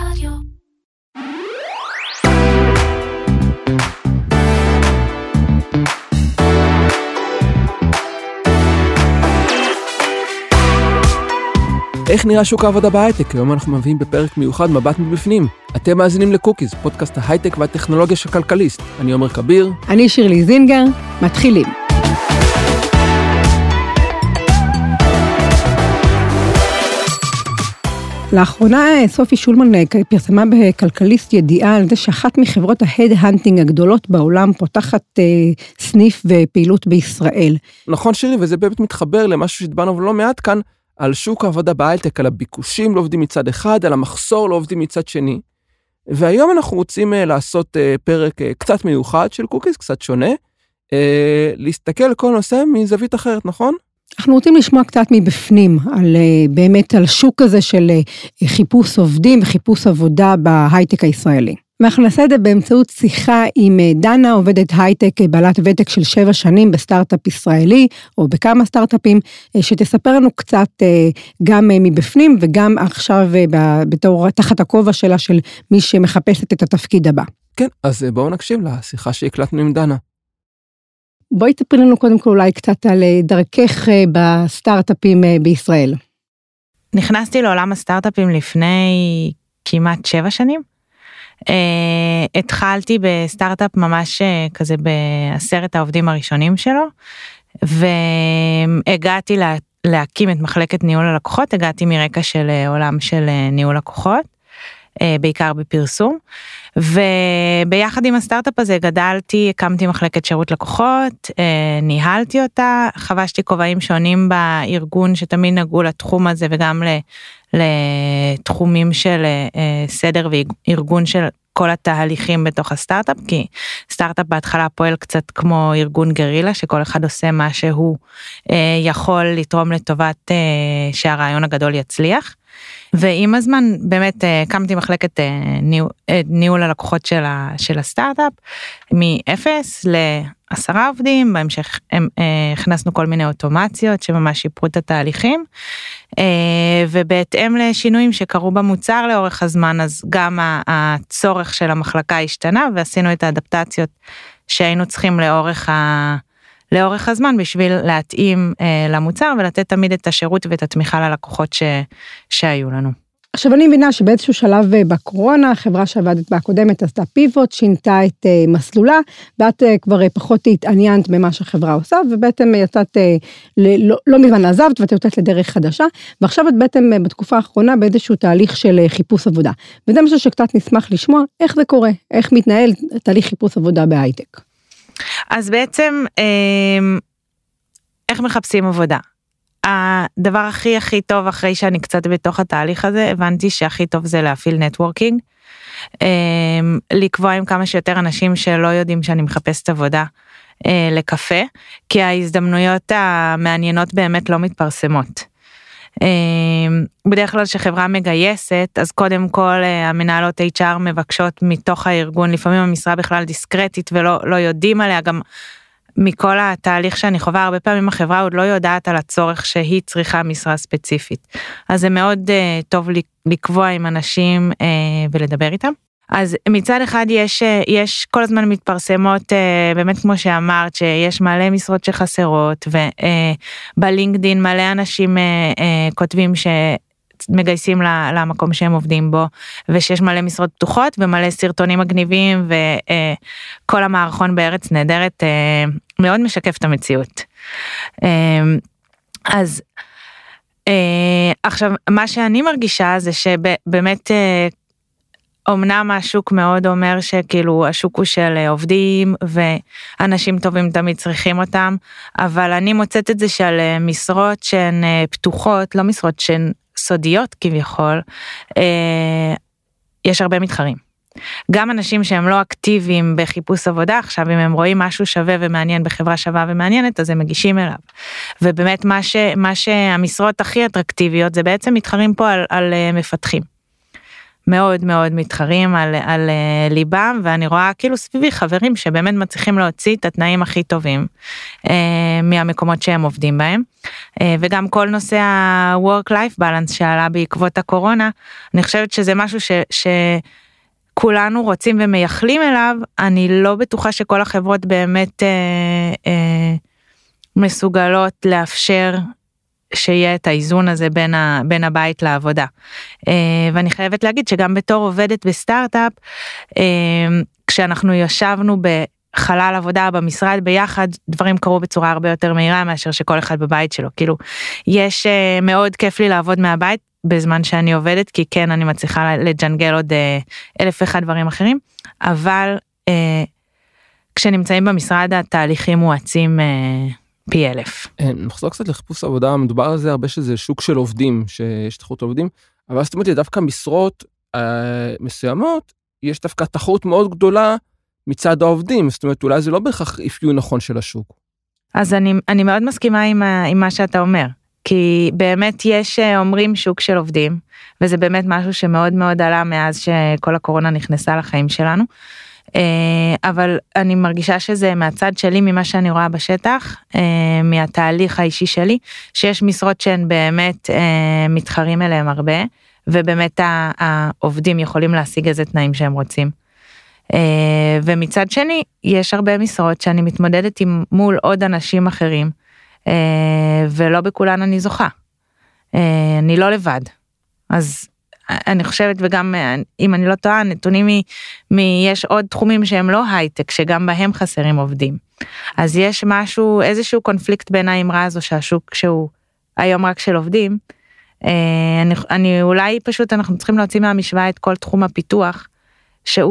רדיו. איך נראה שוק העבודה בהייטק? היום אנחנו מביאים בפרק מיוחד מבט מבפנים. אתם מאזינים לקוקיז, פודקאסט ההייטק והטכנולוגיה של כלכליסט. אני עומר כביר. אני שירלי זינגר. מתחילים. לאחרונה סופי שולמן פרסמה בכלכליסט ידיעה על זה שאחת מחברות ההד-הנטינג הגדולות בעולם פותחת סניף ופעילות בישראל. נכון שירי, וזה באמת מתחבר למשהו שדברנו לא מעט כאן, על שוק העבודה בהייטק, על הביקושים לעובדים מצד אחד, על המחסור לעובדים מצד שני. והיום אנחנו רוצים לעשות פרק קצת מיוחד של קוקיז, קצת שונה, להסתכל על כל נושא מזווית אחרת, נכון? אנחנו רוצים לשמוע קצת מבפנים, באמת על שוק הזה של חיפוש עובדים וחיפוש עבודה בהייטק הישראלי. ואנחנו נעשה את זה באמצעות שיחה עם דנה, עובדת הייטק, בעלת ותק של 7 שנים בסטארט-אפ ישראלי, או בכמה סטארט-אפים, שתספר לנו קצת גם מבפנים, וגם עכשיו בתור תחת הכובע שלה של מי שמחפשת את התפקיד הבא. כן, אז בואו נקשיב לשיחה שהקלטנו עם דנה. בואי תספרי לנו קודם כל אולי קצת על דרכך בסטארט-אפים בישראל. נכנסתי לעולם הסטארט-אפים לפני כמעט 7 שנים. התחלתי בסטארט-אפ ממש כזה ב10 העובדים הראשונים שלו, והגעתי להקים את מחלקת ניהול הלקוחות, הגעתי מרקע של עולם של ניהול לקוחות, בעיקר בפרסום, וביחד עם הסטארט-אפ הזה גדלתי, הקמתי מחלקת שירות לקוחות, ניהלתי אותה, חבשתי כובעים שונים בארגון שתמיד נגעו לתחום הזה וגם לתחומים של סדר וארגון של כל התהליכים בתוך הסטארט-אפ, כי סטארט-אפ בהתחלה פועל קצת כמו ארגון גרילה, שכל אחד עושה מה שהוא יכול לתרום לטובת שהרעיון הגדול יצליח. ועם הזמן באמת קמתי מחלקת ניהול הלקוחות של הסטארט-אפ, מ-0 ל10 עובדים, בהמשך הכנסנו כל מיני אוטומציות שממש שיפרו את התהליכים, ובהתאם לשינויים שקרו במוצר לאורך הזמן, אז גם הצורך של המחלקה השתנה, ועשינו את האדפטציות שהיינו צריכים לאורך הזמן, בשביל להתאים למוצר, ולתת תמיד את השירות ואת התמיכה ללקוחות שהיו לנו. עכשיו אני מבינה שבאיזשהו שלב בקורונה, החברה שעבדת בה הקודמת עשתה פיבוט, שינתה את מסלולה, ואת כבר פחות התעניינת במה שהחברה עושה, ובעצם יצאת, לא מזמן עזבת, ואת יוצאת לדרך חדשה, ועכשיו את בעצם בתקופה האחרונה באיזשהו תהליך של חיפוש עבודה. וזה משהו שקצת נשמח לשמוע, איך זה קורה, איך מתנהל תהליך חיפוש עבודה בהייטק. אז בעצם, איך מחפשים עבודה? הדבר הכי טוב אחרי שאני קצת בתוך התהליך הזה, הבנתי שהכי טוב זה להפעיל נטוורקינג, לקבוע עם כמה שיותר אנשים שלא יודעים שאני מחפשת עבודה לקפה, כי ההזדמנויות המעניינות באמת לא מתפרסמות. בדרך כלל שחברה מגייסת, אז קודם כל המנהלות HR מבקשות מתוך הארגון, לפעמים המשרה בכלל דיסקרטית ולא יודעים עליה, גם מכל התהליך שאני חווה, הרבה פעמים החברה עוד לא יודעת על הצורך שהיא צריכה משרה ספציפית. אז זה מאוד טוב לקבוע עם אנשים ולדבר איתם. אז מצד אחד יש כל הזמן מתפרסמות, באמת כמו שאמרת, שיש מלא משרות שחסרות, ובלינקדין מלא אנשים כותבים שמגייסים למקום שהם עובדים בו, ושיש מלא משרות פתוחות, ומלא סרטונים מגניבים, וכל המערכון בארץ נהדרת, מאוד משקף את המציאות. אז עכשיו, מה שאני מרגישה זה שבאמת, אמנם השוק מאוד אומר שכאילו השוק הוא של עובדים ואנשים טובים תמיד צריכים אותם, אבל אני מוצאת את זה של משרות שהן פתוחות, לא משרות שהן סודיות כביכול, יש הרבה מתחרים. גם אנשים שהם לא אקטיביים בחיפוש עבודה, עכשיו אם הם רואים משהו שווה ומעניין בחברה שווה ומעניינת, אז הם מגישים אליו. ובאמת מה שהמשרות הכי אטרקטיביות, זה בעצם מתחרים פה על מפתחים. מאוד מאוד מתחרים על ליבם, ואני רואה כאילו סביבי חברים שבאמת מצליחים להוציא את התנאים הכי טובים מהמקומות שהם עובדים בהם, וגם כל נושא ה-work-life balance שעלה בעקבות הקורונה, אני חושבת שזה משהו שכולנו רוצים ומייחלים אליו, אני לא בטוחה שכל החברות באמת מסוגלות לאפשר שיהיה את האיזון הזה בין הבית לעבודה. ואני חייבת להגיד שגם בתור עובדת בסטארט-אפ, כשאנחנו ישבנו בחלל עבודה במשרד ביחד, דברים קרו בצורה הרבה יותר מהירה מאשר שכל אחד בבית שלו. כאילו, יש מאוד כיף לי לעבוד מהבית בזמן שאני עובדת, כי כן, אני מצליחה לג'נגל עוד 1,001 דברים אחרים, אבל כשנמצאים במשרד, התהליכים מואצים פי 1,000. נחזור קצת לחיפוש עבודה, מדובר על זה הרבה שזה שוק של עובדים, שיש תחרות עובדים, אבל זאת אומרת, דווקא משרות מסוימות, יש דווקא תחרות מאוד גדולה מצד העובדים, זאת אומרת, אולי זה לא בהכרח אפיון נכון של השוק. אז אני מאוד מסכימה עם מה שאתה אומר, כי באמת יש אומרים שוק של עובדים, וזה באמת משהו שמאוד מאוד עלה מאז שכל הקורונה נכנסה לחיים שלנו, אבל אני מרגישה שזה מהצד שלי, ממה שאני רואה בשטח, מהתהליך האישי שלי, שיש משרות שהן באמת מתחרים אליהם הרבה, ובאמת העובדים יכולים להשיג איזה תנאים שהם רוצים. ומצד שני, יש הרבה משרות שאני מתמודדת מול עוד אנשים אחרים, ולא בכולן אני זוכה. אני לא לבד. אז אני חושבת, וגם אם אני לא טועה, נתונים יש עוד תחומים שהם לא הייטק, שגם בהם חסרים עובדים. אז יש משהו, איזשהו קונפליקט בין האמרה הזו, שהשוק שהוא היום רק של עובדים, אני אולי פשוט אנחנו צריכים להוציא מהמשוואה את כל תחום הפיתוח, שהוא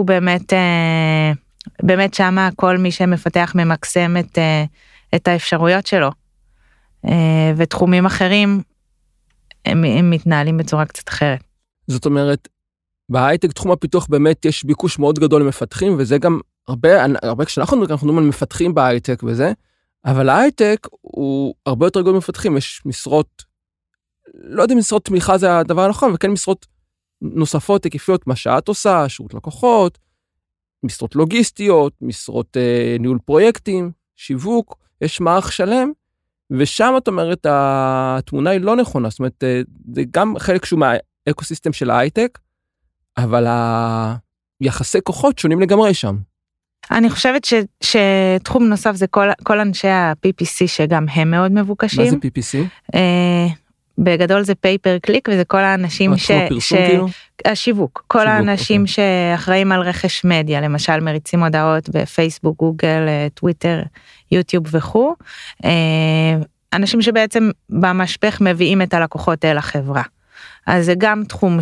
באמת שמה כל מי שמפתח ממקסם את האפשרויות שלו, ותחומים אחרים הם מתנהלים בצורה קצת אחרת. זאת אומרת, בהייטק תחום הפיתוח באמת יש ביקוש מאוד גדול למפתחים, וזה גם הרבה כשאנחנו מדברים על מפתחים בהייטק וזה, אבל ההייטק הוא הרבה יותר גדול למפתחים, יש משרות, לא יודע אם משרות תמיכה זה הדבר הנכון, וכן משרות נוספות, היקפיות, מה שאת עושה, שירות לקוחות, משרות לוגיסטיות, משרות ניהול פרויקטים, שיווק, יש מערך שלם, ושם את אומרת, התמונה היא לא נכונה, זאת אומרת, זה גם חלק שהוא מהאקוסיסטם של ההייטק, אבל היחסי כוחות שונים לגמרי שם. אני חושבת שתחום נוסף זה כל אנשי ה-PPC, שגם הם מאוד מבוקשים. מה זה PPC? בגדול זה פייפר קליק, וזה כל האנשים השיווק, כל האנשים שאחראים על רכש מדיה, למשל מריצים הודעות בפייסבוק, גוגל, טוויטר, יוטיוב וכו'. אנשים שבעצם במשפך מביאים את הלקוחות אל החברה. אז זה גם תחום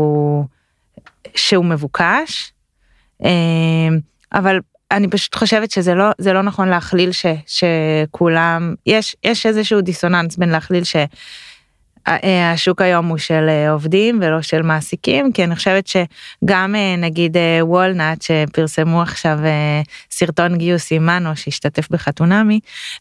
שהוא מבוקש, אבל אני פשוט חושבת שזה לא נכון להכליל שכולם, יש איזשהו דיסוננס בין להכליל השוק היום הוא של עובדים ולא של מעסיקים, כי אני חושבת שגם נגיד וולנט שפרסמו עכשיו סרטון גיוס עם מנו שהשתתף בחתונמי,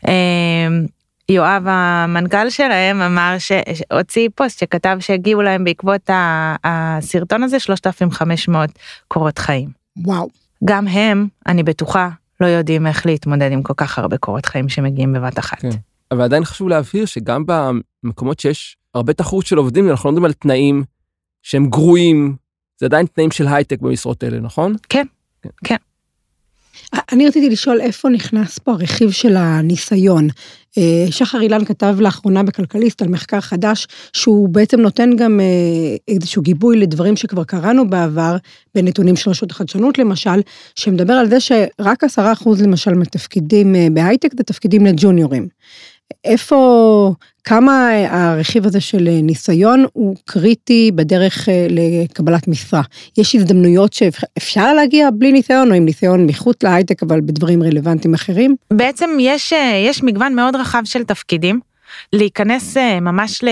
יואב המנכ"ל שלהם אמר שהוציא פוסט שכתב שהגיעו להם בעקבות הסרטון הזה 3,500 קורות חיים. וואו. גם הם, אני בטוחה, לא יודעים איך להתמודד עם כל כך הרבה קורות חיים שמגיעים בבת אחת. כן. אבל עדיין חשוב להבהיר שגם במקומות שיש הרבה תחרות של עובדים, אנחנו לא מדברים על תנאים שהם גרועים, זה עדיין תנאים של הייטק במשרות האלה, נכון? כן, כן. אני רציתי לשאול איפה נכנס פה הרכיב של הניסיון. שחר אילן כתב לאחרונה בכלכליסט על מחקר חדש, שהוא בעצם נותן גם איזשהו גיבוי לדברים שכבר קראנו בעבר, בנתונים של רשות החדשנות למשל, שמדבר על זה שרק 10% למשל מתפקידים בהייטק, זה תפקידים לג'וניורים. כמה הרכיב הזה של ניסיון הוא קריטי בדרך לקבלת משרה? יש הזדמנויות שאפשר להגיע בלי ניסיון, או עם ניסיון מחוץ להייטק, אבל בדברים רלוונטיים אחרים? בעצם יש מגוון מאוד רחב של תפקידים, להיכנס ממש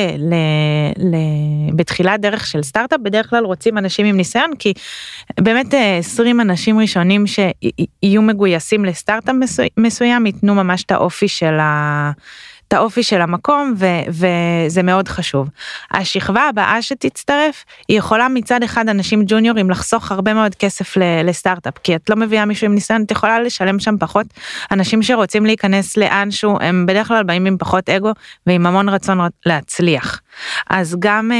בתחילת דרך של סטארט-אפ, בדרך כלל רוצים אנשים עם ניסיון, כי באמת 20 אנשים ראשונים שיהיו מגויסים לסטארט-אפ מסוים, ייתנו ממש את האופי של את האופי של המקום, וזה מאוד חשוב. השכבה הבאה שתצטרף, היא יכולה מצד אחד אנשים ג'וניורים לחסוך הרבה מאוד כסף לסטארט-אפ, כי את לא מביאה מישהו עם ניסיון, את יכולה לשלם שם פחות. אנשים שרוצים להיכנס לאנשהו, הם בדרך כלל באים עם פחות אגו, ועם המון רצון להצליח. אז גם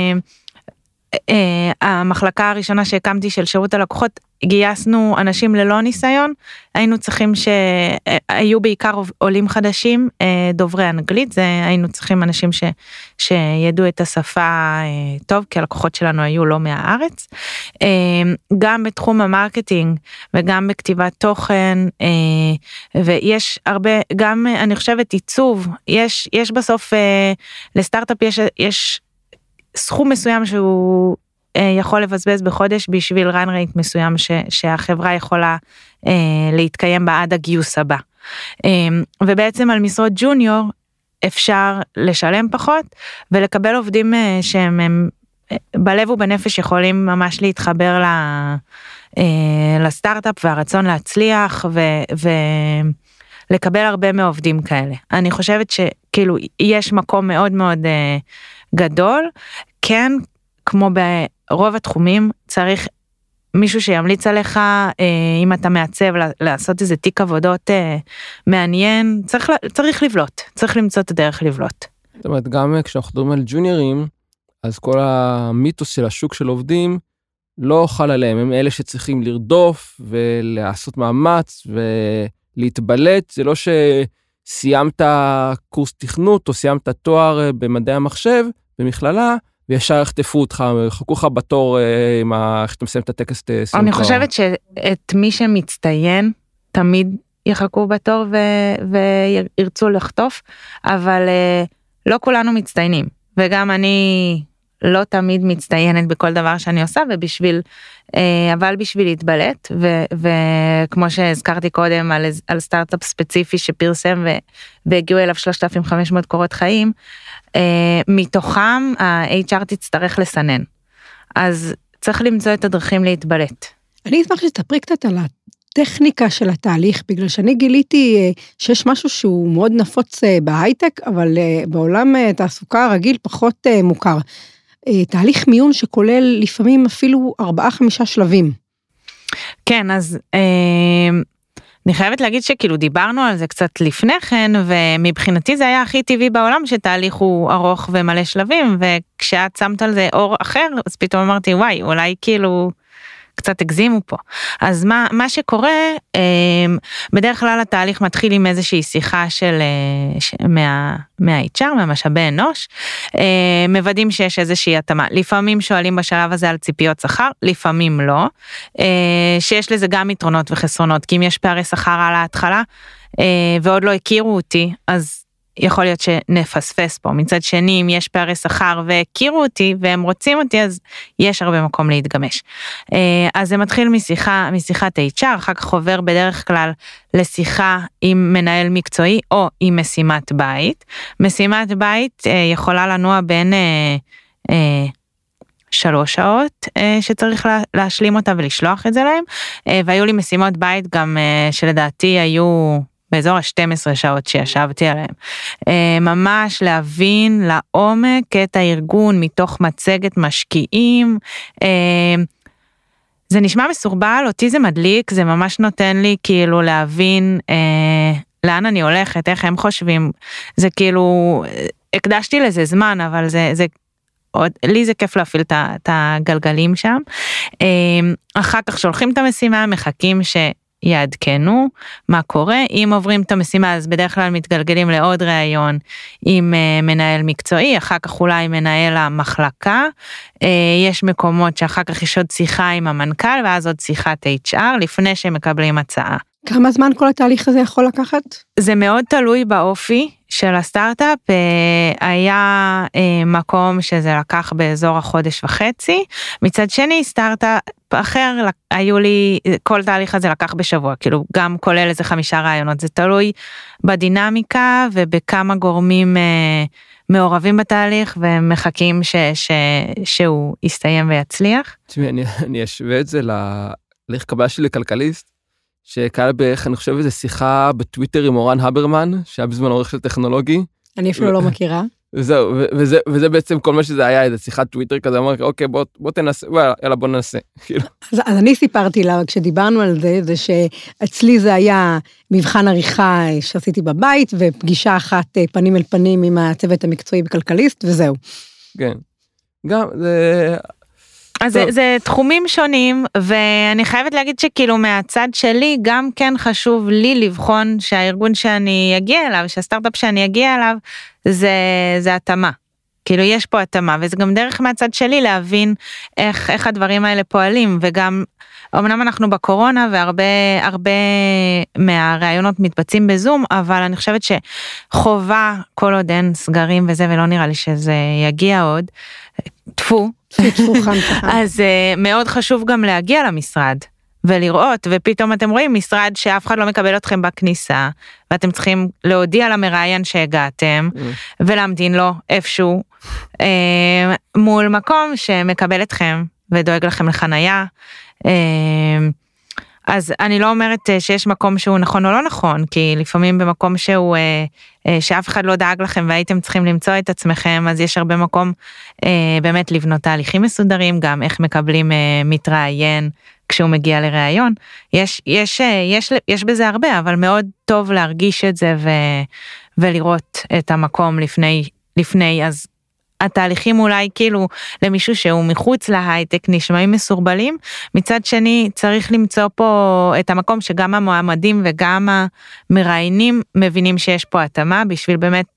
המחלקה הראשונה שהקמתי של שירות הלקוחות, גייסנו אנשים ללא ניסיון, היינו צריכים שהיו בעיקר עולים חדשים, דוברי אנגלית, היינו צריכים אנשים שידעו את השפה טוב, כי הלקוחות שלנו היו לא מהארץ, גם בתחום המרקטינג, וגם בכתיבת תוכן, ויש הרבה, גם אני חושבת עיצוב, יש בסוף, לסטארט-אפ יש סכום מסוים שהוא יכול לבזבז בחודש בשביל run rate מסוים שהחברה יכולה להתקיים בה עד הגיוס הבא. ובעצם על משרות ג'וניור אפשר לשלם פחות ולקבל עובדים שהם בלב ובנפש יכולים ממש להתחבר לסטארט-אפ והרצון להצליח ולקבל הרבה מעובדים כאלה. אני חושבת שכאילו יש מקום מאוד מאוד גדול, כן, כמו ברוב התחומים, צריך מישהו שימליץ עליך, אם אתה מעצב, לעשות איזה תיק עבודות מעניין, צריך לבלוט, צריך למצוא את הדרך לבלוט. זאת אומרת, גם כשאנחנו מדברים על ג'וניורים, אז כל המיתוס של השוק של עובדים, לא חל עליהם, הם אלה שצריכים לרדוף, ולעשות מאמץ, ולהתבלט, זה לא שסיימת קורס תכנות, או סיימת תואר במדעי המחשב, במכללה, וישר יחטפו אותך, יחכו לך בתור, איך אתה מסיים את הטקס. אני חושבת שאת מי שמצטיין, תמיד יחכו בתור וירצו לחטוף, אבל לא כולנו מצטיינים, וגם אני לא תמיד מצטיינת בכל דבר שאני עושה, אבל בשביל להתבלט, וכמו שהזכרתי קודם על סטארט-אפ ספציפי שפרסם והגיעו אליו 3,500 קורות חיים, מתוכם ה-HR תצטרך לסנן. אז צריך למצוא את הדרכים להתבלט. אני אשמח שתספרי קצת על הטכניקה של התהליך, בגלל שאני גיליתי שיש משהו שהוא מאוד נפוץ בהייטק, אבל בעולם תעסוקה רגיל פחות מוכר. תהליך מיון שכולל לפעמים אפילו 4-5 שלבים. כן, אז אני חייבת להגיד שכאילו דיברנו על זה קצת לפני כן, ומבחינתי זה היה הכי טבעי בעולם שתהליך הוא ארוך ומלא שלבים, וכשאת שמת על זה אור אחר, אז פתאום אמרתי, וואי, אולי כאילו קצת הגזימו פה. אז מה שקורה, בדרך כלל התהליך מתחיל עם איזושהי שיחה מה-HR, מהמשאבי אנוש, מוודאים שיש איזושהי התאמה. לפעמים שואלים בשלב הזה על ציפיות שכר, לפעמים לא, שיש לזה גם יתרונות וחסרונות, כי אם יש פערי שכר על ההתחלה, ועוד לא הכירו אותי, אז יכול להיות שנפספס פה. מצד שני, אם יש פערי שכר והכירו אותי והם רוצים אותי, אז יש הרבה מקום להתגמש. אז זה מתחיל משיחת HR, אחר כך עובר בדרך כלל לשיחה עם מנהל מקצועי או עם משימת בית. משימת בית יכולה לנוע בין 3 שעות שצריך להשלים אותה ולשלוח את זה להם, והיו לי משימות בית גם שלדעתי היו באזור ה-12 שעות שישבתי עליהם. ממש להבין לעומק את הארגון מתוך מצגת משקיעים. זה נשמע מסורבל, אותי זה מדליק, זה ממש נותן לי כאילו להבין לאן אני הולכת, איך הם חושבים. זה כאילו, הקדשתי לזה זמן, אבל לי זה כיף להפעיל את הגלגלים שם. אחר כך שולחים את המשימה, מחכים יעדכנו מה קורה, אם עוברים את המשימה אז בדרך כלל מתגלגלים לעוד ראיון עם מנהל מקצועי, אחר כך אולי מנהל המחלקה, יש מקומות שאחר כך יש עוד שיחה עם המנכ"ל ואז עוד שיחת HR לפני שהם מקבלים הצעה. כמה זמן כל התהליך הזה יכול לקחת? זה מאוד תלוי באופי של הסטארט-אפ, היה מקום שזה לקח באזור 1.5 חודש, מצד שני סטארט-אפ אחר, היו לי, כל תהליך הזה לקח בשבוע, כאילו גם כולל איזה 5 רעיונות, זה תלוי בדינמיקה ובכמה גורמים מעורבים בתהליך ומחכים שהוא יסתיים ויצליח. תשמעי, אני אשווה את זה להליך קבלה שלי לכלכליסט, שקהל בערך, אני חושב, איזו שיחה בטוויטר עם אורן הברמן, שהיה בזמן עורך של טכנולוגי. אני אפילו לא מכירה. וזהו, וזה בעצם כל מה שזה היה, איזה שיחת טוויטר כזה, אמר, אוקיי, בוא תנסה, יאללה, בוא ננסה. אז אני סיפרתי לה, כשדיברנו על זה שאצלי זה היה מבחן עריכה שעשיתי בבית, ופגישה אחת פנים אל פנים עם הצוות המקצועי בכלכליסט, וזהו. כן. גם, זה... אז זה תחומים שונים, ואני חייבת להגיד שכאילו מהצד שלי, גם כן חשוב לי לבחון שהארגון שאני אגיע אליו, שהסטארט-אפ שאני אגיע אליו, זה התאמה. כאילו יש פה התאמה, וזה גם דרך מהצד שלי להבין איך הדברים האלה פועלים, וגם, אמנם אנחנו בקורונה, והרבה מהרעיונות מתבצעים בזום, אבל אני חושבת שחובה כל עוד אין סגרים וזה, ולא נראה לי שזה יגיע עוד, תפו. אז מאוד חשוב גם להגיע למשרד ולראות, ופתאום אתם רואים משרד שאף אחד לא מקבל אתכם בכניסה, ואתם צריכים להודיע למראיין שהגעתם, ולהמתין לו איפשהו, מול מקום שמקבל אתכם, ודואג לכם לחנייה. אז אני לא אומרת שיש מקום שהוא נכון או לא נכון, כי לפעמים במקום שהוא, שאף אחד לא דאג לכם והייתם צריכים למצוא את עצמכם, אז יש הרבה מקום באמת לבנות תהליכים מסודרים, גם איך מקבלים מתראיין כשהוא מגיע לראיון. יש בזה הרבה, אבל מאוד טוב להרגיש את זה ולראות את המקום לפני, אז התהליכים אולי כאילו למישהו שהוא מחוץ להייטק נשמעים מסורבלים, מצד שני צריך למצוא פה את המקום שגם המועמדים וגם המראיינים מבינים שיש פה התאמה, בשביל באמת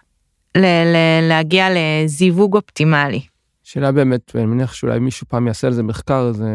להגיע לזיווג אופטימלי. שאלה באמת, אני מניח שאולי מישהו פעם יעשה על זה מחקר, זה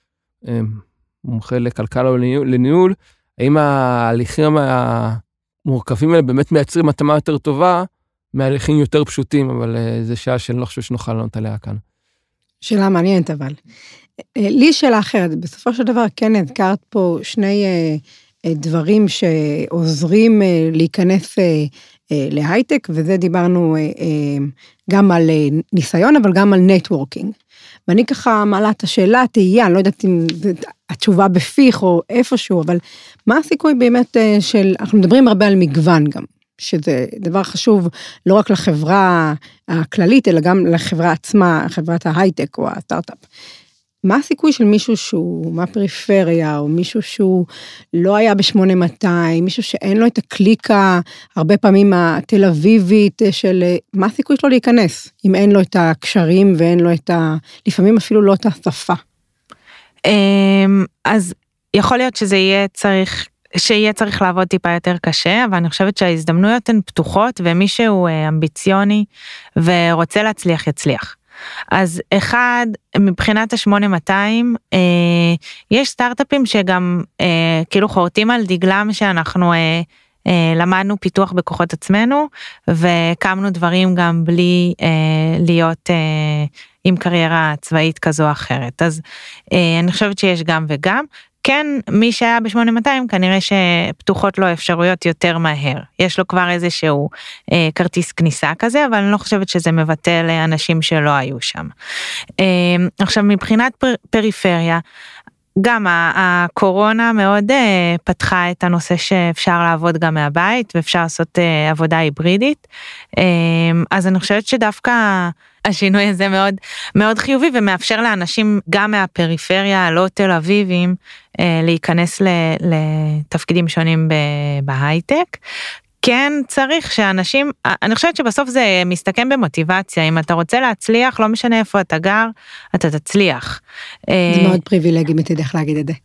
מומחה לכלכלה או לניהול, האם ההליכים המורכבים האלה באמת מייצרים התאמה יותר טובה, מהליכים יותר פשוטים, אבל זה שאלה שאני לא חושב שנוכל לענות עליה כאן. שאלה מעניינת אבל. לי שאלה אחרת, בסופו של דבר כן הזכרת פה שני דברים שעוזרים להיכנס להייטק, וזה דיברנו גם על ניסיון, אבל גם על נטוורקינג. ואני ככה מעלה את השאלה, תהייה, אני לא יודעת אם התשובה בפיך או איפשהו, אבל מה הסיכוי באמת אנחנו מדברים הרבה על מגוון גם, שזה דבר חשוב לא רק לחברה הכללית, אלא גם לחברה עצמה, חברת ההייטק או הסטארט-אפ. מה הסיכוי של מישהו שהוא מהפריפריה, או מישהו שהוא לא היה ב-8200, מישהו שאין לו את הקליקה, הרבה פעמים התל אביבית של, מה הסיכוי שלו להיכנס, אם אין לו את הקשרים ואין לו את לפעמים אפילו לא את השפה? אז יכול להיות שיהיה צריך לעבוד טיפה יותר קשה, אבל אני חושבת שההזדמנויות הן פתוחות, ומי שהוא אמביציוני ורוצה להצליח, יצליח. אז אחד, מבחינת ה-8200, יש סטארט-אפים שגם כאילו חורטים על דגלם שאנחנו למדנו פיתוח בכוחות עצמנו, וקמנו דברים גם בלי להיות עם קריירה צבאית כזו או אחרת. אז אני חושבת שיש גם וגם, כן, מי שהיה ב-8200 כנראה שפתוחות לו אפשרויות יותר מהר. יש לו כבר איזשהו כרטיס כניסה כזה, אבל אני לא חושבת שזה מבטא לאנשים שלא היו שם. עכשיו, מבחינת פריפריה, גם הקורונה מאוד פתחה את הנושא שאפשר לעבוד גם מהבית, ואפשר לעשות עבודה היברידית. אז אני חושבת שדווקא השינוי הזה מאוד, מאוד חיובי, ומאפשר לאנשים גם מהפריפריה, הלא תל אביבים, להיכנס לתפקידים שונים בהייטק. כן צריך שאנשים, אני חושבת שבסוף זה מסתכם במוטיבציה, אם אתה רוצה להצליח, לא משנה איפה אתה גר, אתה תצליח. זה מאוד פריבילגי מתדך להגיד את זה.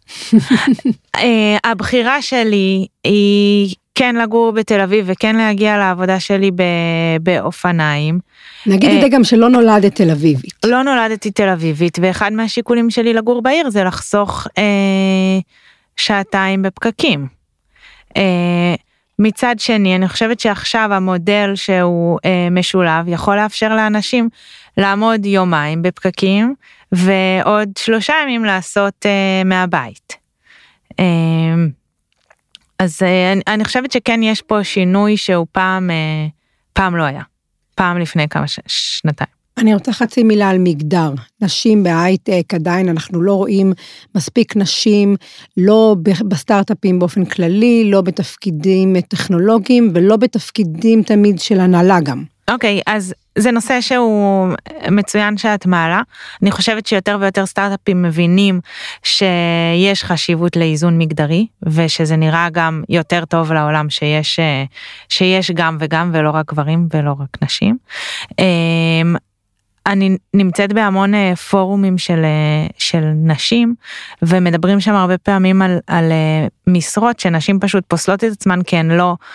הבחירה שלי היא כן לגור בתל אביב, וכן להגיע לעבודה שלי באופניים. נגיד את זה גם שלא נולדת תל אביבית. לא נולדתי תל אביבית, ואחד מהשיקולים שלי לגור בעיר, זה לחסוך שעתיים בפקקים. מצד שני, אני חושבת שעכשיו המודל שהוא משולב, יכול לאפשר לאנשים לעמוד יומיים בפקקים, ועוד 3 ימים לעשות מהבית. אז אני חושבת שכן יש פה שינוי שהוא פעם לא היה. פעם לפני כמה שנתיים. אני רוצה חצי מילה על מגדר. נשים בהייטק, עדיין אנחנו לא רואים מספיק נשים, לא בסטארט-אפים באופן כללי, לא בתפקידים טכנולוגיים, ולא בתפקידים תמיד של הנהלה גם. אוקיי, אז זה נושא שהוא מצוין שאת מעלה. אני חושבת שיותר ויותר סטארט-אפים מבינים שיש חשיבות לאיזון מגדרי, ושזה נראה גם יותר טוב לעולם שיש גם וגם, ולא רק גברים ולא רק נשים. אני נמצאת בהמון פורומים של נשים, ומדברים שם הרבה פעמים על משרות שנשים פשוט פוסלות את עצמן, כי הן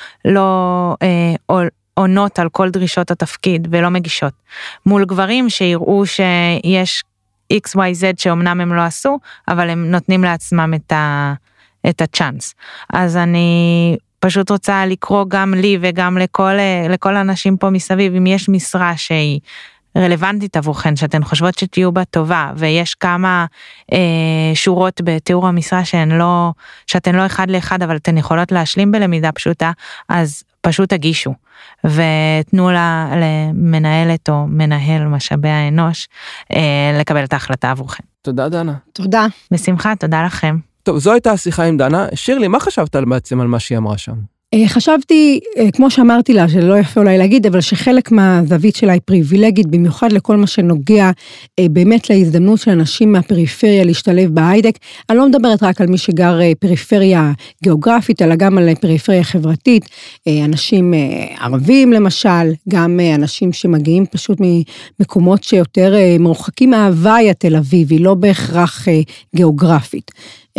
לא עונות על כל דרישות התפקיד ולא מגישות. מול גברים שיראו שיש XYZ שאומנם הם לא עשו, אבל הם נותנים לעצמם את הצ'אנס. אז אני פשוט רוצה לקרוא גם לי וגם לכל האנשים פה מסביב, אם יש משרה שהיא רלוונטית עבורכן, שאתן חושבות שתהיו בה טובה, ויש כמה שורות בתיאור המשרה שאתן לא אחד לאחד, אבל אתן יכולות להשלים בלמידה פשוטה, אז פשוט תגישו, ותנו למנהלת או מנהל משאבי האנוש, לקבל את ההחלטה עבורכם. תודה, דנה. תודה. בשמחה, תודה לכם. טוב, זו הייתה השיחה עם דנה. שירלי, מה חשבת בעצם על מה שהיא אמרה שם? חשבתי, כמו שאמרתי לה, שלא יפה אולי להגיד, אבל שחלק מהזווית שלה היא פריבילגית, במיוחד לכל מה שנוגע באמת להזדמנות של אנשים מהפריפריה להשתלב בהייטק. אני לא מדברת רק על מי שגר פריפריה גיאוגרפית, אלא גם על פריפריה חברתית, אנשים ערבים למשל, גם אנשים שמגיעים פשוט ממקומות שיותר מרוחקים מההוואי התל אביבי, לא בהכרח גיאוגרפית.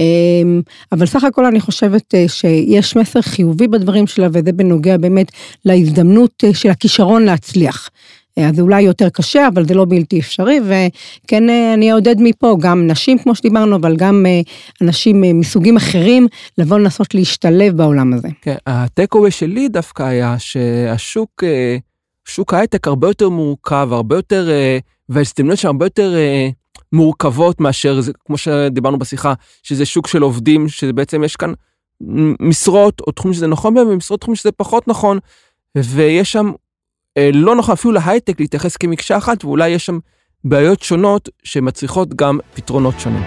אבל סך הכל אני חושבת שיש מסר חיובי בדברים שלה, וזה בנוגע באמת להזדמנות של הכישרון להצליח. אז זה אולי יותר קשה, אבל זה לא בלתי אפשרי, וכן אני אעודד מפה גם נשים כמו שדיברנו, אבל גם אנשים מסוגים אחרים, לבוא לנסות להשתלב בעולם הזה. כן, הטקווי שלי דווקא היה שהשוק, שוק ההייטק הרבה יותר מורכב, הרבה יותר, וההזדמנויות שהרבה יותר מורכבות מאשר, כמו שדיברנו בשיחה, שזה שוק של עובדים, שבעצם יש כאן משרות, או תחום שזה נכון בהם, ומשרות תחום שזה פחות נכון, ויש שם לא נכון אפילו להייטק להתייחס כמקשה אחת, ואולי יש שם בעיות שונות שמצריכות גם פתרונות שונים.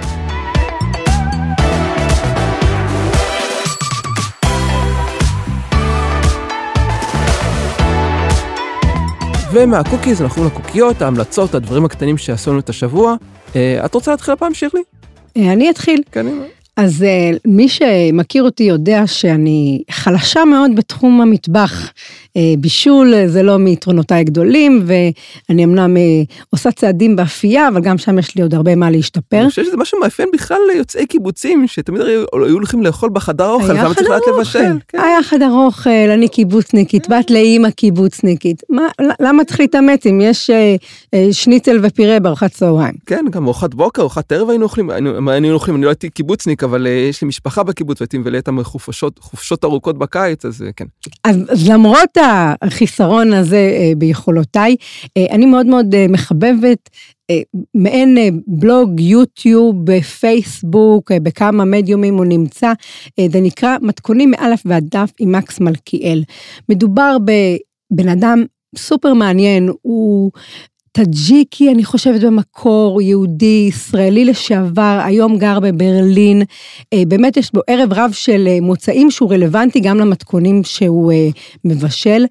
ומהקוקיז אנחנו לקוקיות, ההמלצות, הדברים הקטנים שעשו לנו את השבוע. את רוצה להתחיל הפעם, שירלי? אני אתחיל. אז מי שמכיר אותי יודע שאני חלשה מאוד בתחום המטבח. בישול זה לא מיתרונותיי הגדולים, ואני אמנם עושה צעדים באפייה, אבל גם שם יש לי עוד הרבה מה להשתפר. אני חושב שזה משהו מאפיין בכלל ליוצאי קיבוצים, שתמיד היו הולכים לאכול בחדר אוכל, היה חדר אוכל, היה חדר אוכל, אני קיבוצניקית, בת לאמא קיבוצניקית. למה צריך להתאמץ אם יש שניצל ופירה בארוחת צהריים? כן, גם ארוחת בוקר, ארוחת ערב היינו אוכלים, אני לא הייתי קיבוצניק, אבל יש לי משפחה בקיבוץ, והייתי מבלה איתם חופשות ארוכות בקיץ, אז כן. אז למרות החיסרון הזה ביכולותיי, אני מאוד מאוד מחבבת מעין בלוג, יוטיוב, פייסבוק, בכמה מדיומים הוא נמצא, זה נקרא מתכונים מאלף ועד דף עם מקס מלכיאל. מדובר בבן אדם סופר מעניין, הוא טאג'יקי, אני חושבת במקור, יהודי, ישראלי לשעבר, היום גר בברלין, באמת יש בו ערב רב של מוצאים שהוא רלוונטי גם למתכונים שהוא מבשל,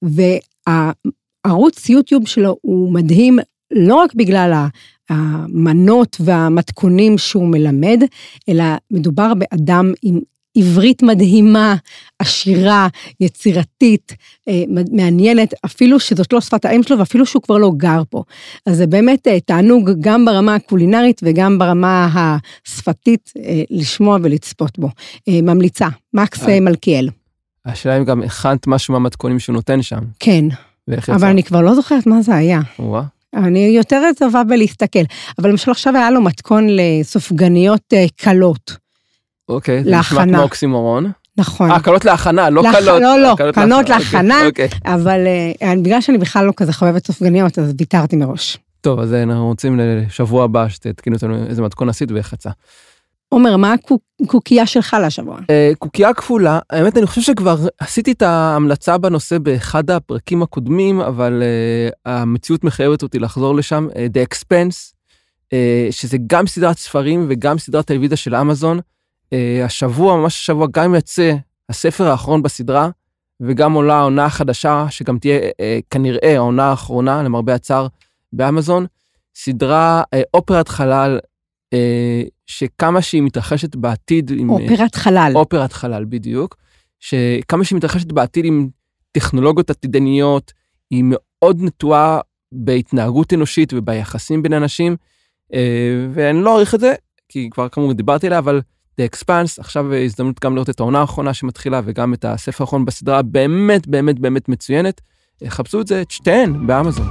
והערוץ יוטיוב שלו הוא מדהים, לא רק בגלל המנות והמתכונים שהוא מלמד, אלא מדובר באדם עם עברית מדהימה, עשירה, יצירתית, מעניינת, אפילו שזאת לא שפת האם שלו, ואפילו שהוא כבר לא גר פה. אז זה באמת תענוג גם ברמה הקולינרית, וגם ברמה השפתית, לשמוע ולצפות בו. ממליצה, מקס מלכיאל. השאלה אם גם הכנת משהו מהמתכונים שהוא נותן שם. כן, אבל אני כבר לא זוכרת מה זה היה. אני יותר טובה בלהסתכל, אבל למשל עכשיו היה לו מתכון לסופגניות קלות. אוקיי, זה נשמע כמו אוקסימורון. נכון. קלות להכנה, לא קלות. לא, קלות להכנה, אבל בגלל שאני בכלל לא כזה חובבת סופגניות, אז ויתרתי מראש. טוב, אז אנחנו רוצים לשבוע הבא שתתקינו אותנו איזה מתכון עשית ואיך יצא. עומר, מה הקוקייה שלך לשבוע? קוקייה כפולה, האמת אני חושב שכבר עשיתי את ההמלצה בנושא באחד הפרקים הקודמים, אבל המציאות מחייבת אותי לחזור לשם, The Expanse, שזה גם סדרת ספרים וגם סדרת טלוויזיה של אמזון. השבוע, ממש השבוע, גם יצא הספר האחרון בסדרה, וגם עולה העונה החדשה, שגם תהיה כנראה העונה האחרונה, למרבה הצער, באמזון. סדרה אופרת חלל, שכמה שהיא מתרחשת בעתיד... אופרת חלל. אופרת חלל, בדיוק. שכמה שהיא מתרחשת בעתיד עם טכנולוגיות עתידניות, היא מאוד נטועה בהתנהגות אנושית וביחסים בין אנשים, ואני לא אעריך את זה, כי כבר כמובן דיברתי עליה, אבל The Expanse, עכשיו הזדמנות גם לראות את העונה האחרונה שמתחילה, וגם את הספר האחרון בסדרה, באמת, באמת, באמת מצוינת. חפשו את זה, את שתיהן, באמזון.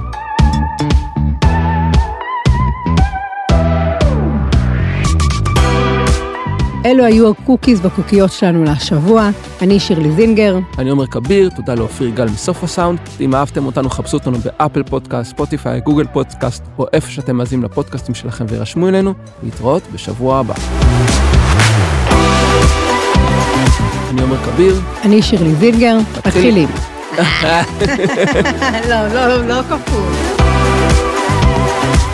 אלו היו הקוקיז והקוקיות שלנו לשבוע. אני שירלי זינגר. אני עומר כביר, תודה לאופיר גל מסוף הסאונד. אם אהבתם אותנו, חפשו אותנו באפל פודקאסט, ספוטיפיי, גוגל פודקאסט, או איפה שאתם מאזינים לפודקאסטים שלכם ורשמו אלינו. להתראות בשבוע הבא. אני עומר כביר. אני שירלי זינגר. מתחילים. לא כפול.